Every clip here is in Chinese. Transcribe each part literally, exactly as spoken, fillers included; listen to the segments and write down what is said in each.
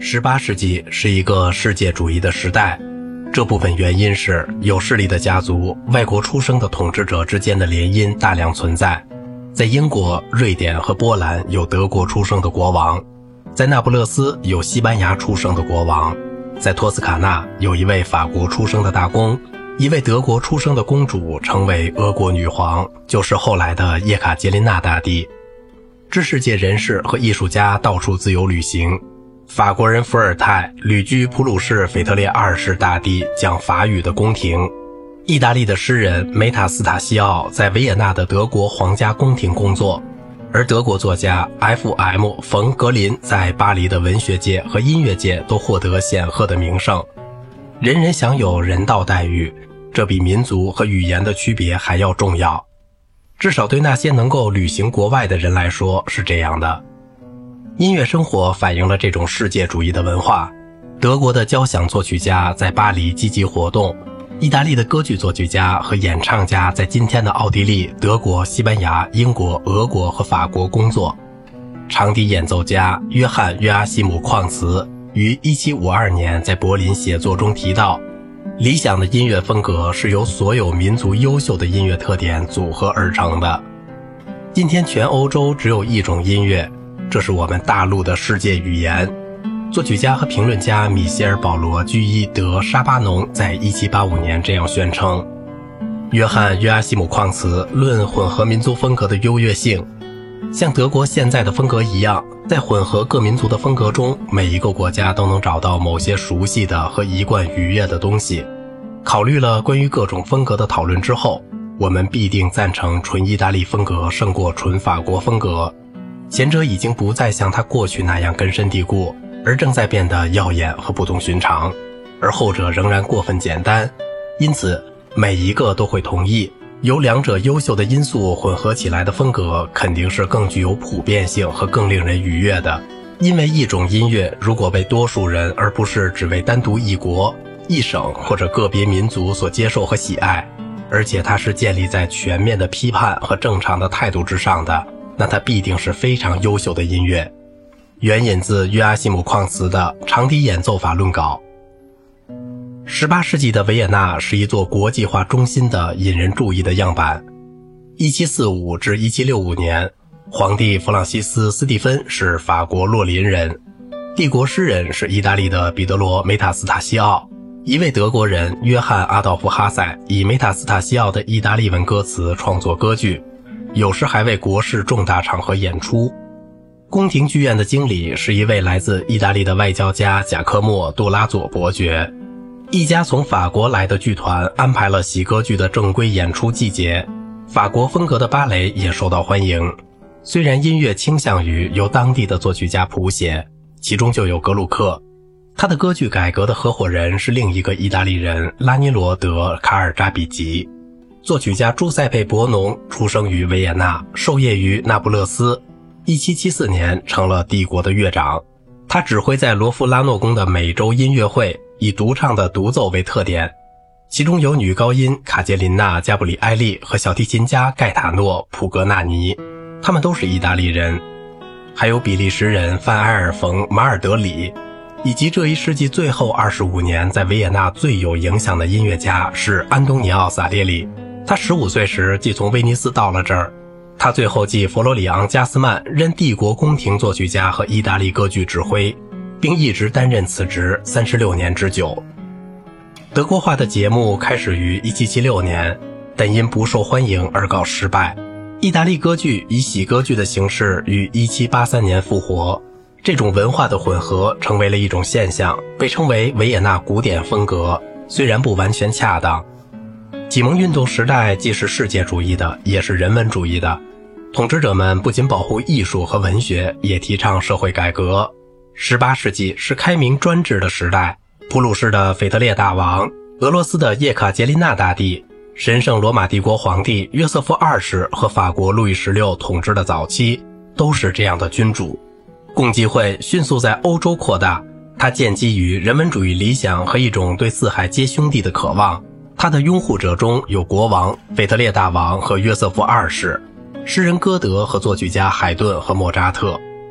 十八世纪是一个世界主义的时代，这部分原因是有势力的家族、外国出生的统治者之间的联姻大量存在。在英国、瑞典和波兰有德国出生的国王，在那不勒斯有西班牙出生的国王，在托斯卡纳有一位法国出生的大公，一位德国出生的公主成为俄国女皇，就是后来的叶卡捷琳娜大帝。知识界人士和艺术家到处自由旅行，法国人伏尔泰旅居普鲁士腓特烈二世大帝讲法语的宫廷，意大利的诗人梅塔斯塔西奥在维也纳的德国皇家宫廷工作，而德国作家 F M 冯格林在巴黎的文学界和音乐界都获得显赫的名声。人人享有人道待遇，这比民族和语言的区别还要重要，至少对那些能够旅行国外的人来说是这样的。音乐生活反映了这种世界主义的文化，德国的交响作曲家在巴黎积极活动，意大利的歌剧作曲家和演唱家在今天的奥地利、德国、西班牙、英国、俄国和法国工作。长笛演奏家约翰·约阿希姆·旷茨于一七五二年在柏林写作中提到，理想的音乐风格是由所有民族优秀的音乐特点组合而成的。今天全欧洲只有一种音乐，这是我们大陆的世界语言。作曲家和评论家米歇尔·保罗·居伊德·沙巴农在一七八五年这样宣称。约翰·约阿希姆·旷茨论混合民族风格的优越性，像德国现在的风格一样，在混合各民族的风格中，每一个国家都能找到某些熟悉的和一贯愉悦的东西。考虑了关于各种风格的讨论之后，我们必定赞成纯意大利风格胜过纯法国风格。前者已经不再像它过去那样根深蒂固，而正在变得耀眼和不同寻常，而后者仍然过分简单。因此每一个都会同意，由两者优秀的因素混合起来的风格肯定是更具有普遍性和更令人愉悦的。因为一种音乐如果被多数人而不是只为单独一国、一省或者个别民族所接受和喜爱，而且它是建立在全面的批判和正常的态度之上的，那它必定是非常优秀的音乐。援引自约阿希姆·旷茨的长笛演奏法论稿。十八世纪的维也纳是一座国际化中心的引人注意的样板。一七四五至一七六五年，皇帝弗朗西斯·斯蒂芬是法国洛林人，帝国诗人是意大利的彼得罗·梅塔斯塔西奥，一位德国人约翰·阿道夫·哈塞以梅塔斯塔西奥的意大利文歌词创作歌剧，有时还为国事重大场合演出。宫廷剧院的经理是一位来自意大利的外交家贾科莫·杜拉佐伯爵。一家从法国来的剧团安排了喜歌剧的正规演出季节，法国风格的芭蕾也受到欢迎。虽然音乐倾向于由当地的作曲家谱写，其中就有格鲁克，他的歌剧改革的合伙人是另一个意大利人拉尼罗德·卡尔扎比吉。作曲家朱塞佩·伯农出生于维也纳，授业于那不勒斯，一七七四年成了帝国的乐长。他指挥在罗夫拉诺宫的每周音乐会，以独唱的独奏为特点，其中有女高音卡捷琳娜·加布里埃利和小提琴家盖塔诺·普格纳尼，他们都是意大利人。还有比利时人范埃尔冯·马尔德里，以及这一世纪最后二十五年在维也纳最有影响的音乐家是安东尼奥·萨列里。他十五岁时即从威尼斯到了这儿，他最后继佛罗里昂·加斯曼任帝国宫廷作曲家和意大利歌剧指挥，并一直担任此职三十六年之久。德国化的节目开始于一七七六年，但因不受欢迎而告失败。意大利歌剧以喜歌剧的形式于一七八三年复活，这种文化的混合成为了一种现象，被称为维也纳古典风格，虽然不完全恰当。启蒙运动时代既是世界主义的，也是人文主义的。统治者们不仅保护艺术和文学，也提倡社会改革。十八世纪是开明专制的时代，普鲁士的腓特烈大王、俄罗斯的叶卡捷琳娜大帝、神圣罗马帝国皇帝约瑟夫二世和法国路易十六统治的早期都是这样的君主。共济会迅速在欧洲扩大，它建基于人文主义理想和一种对四海皆兄弟的渴望。他的拥护者中有国王、腓特烈大王和约瑟夫二世，诗人歌德和作曲家海顿和莫扎特。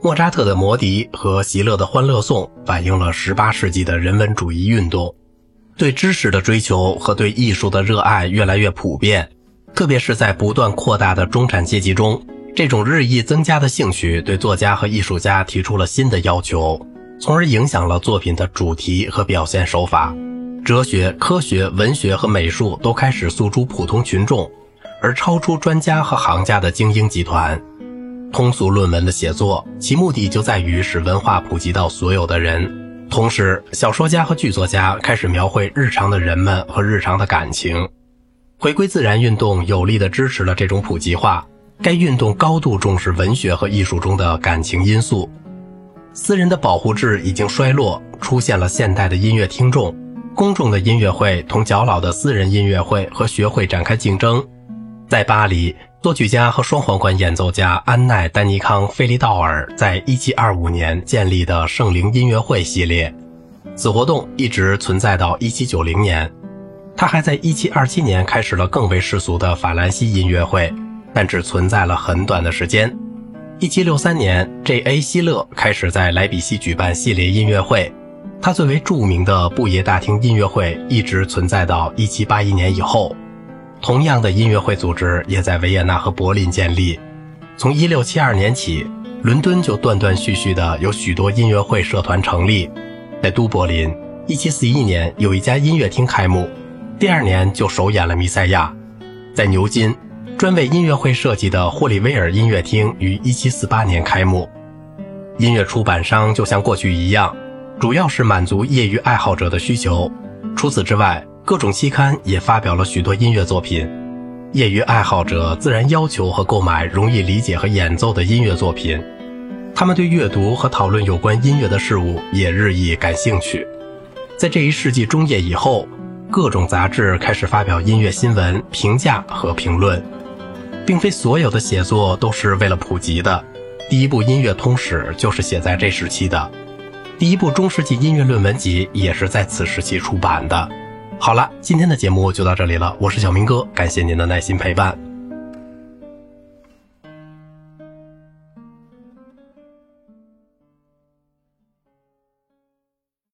莫扎特的《魔笛》和席勒的《欢乐颂》反映了十八世纪的人文主义运动，对知识的追求和对艺术的热爱越来越普遍，特别是在不断扩大的中产阶级中，这种日益增加的兴趣对作家和艺术家提出了新的要求，从而影响了作品的主题和表现手法。哲学、科学、文学和美术都开始诉诸普通群众，而超出专家和行家的精英集团。通俗论文的写作，其目的就在于使文化普及到所有的人。同时，小说家和剧作家开始描绘日常的人们和日常的感情。回归自然运动有力地支持了这种普及化，该运动高度重视文学和艺术中的感情因素。私人的保护制已经衰落，出现了现代的音乐听众，公众的音乐会同较老的私人音乐会和学会展开竞争。在巴黎，作曲家和双簧管演奏家安奈·丹尼康·费利道尔在一七二五年建立的圣灵音乐会系列，此活动一直存在到一七九零年。他还在一七二七年开始了更为世俗的法兰西音乐会，但只存在了很短的时间。一七六三年 J A 希勒开始在莱比锡举办系列音乐会，他最为著名的布耶大厅音乐会一直存在到一七八一年以后。同样的音乐会组织也在维也纳和柏林建立。从一六七二年起，伦敦就断断续续的有许多音乐会社团成立。在都柏林，一七四一年有一家音乐厅开幕，第二年就首演了弥赛亚。在牛津，专为音乐会设计的霍利威尔音乐厅于一七四八年开幕。音乐出版商就像过去一样，主要是满足业余爱好者的需求。除此之外，各种期刊也发表了许多音乐作品，业余爱好者自然要求和购买容易理解和演奏的音乐作品。他们对阅读和讨论有关音乐的事物也日益感兴趣。在这一世纪中叶以后，各种杂志开始发表音乐新闻、评价和评论。并非所有的写作都是为了普及的，第一部音乐通史就是写在这时期的，第一部中世纪音乐论文集也是在此时期出版的。好了，今天的节目就到这里了，我是小明哥，感谢您的耐心陪伴。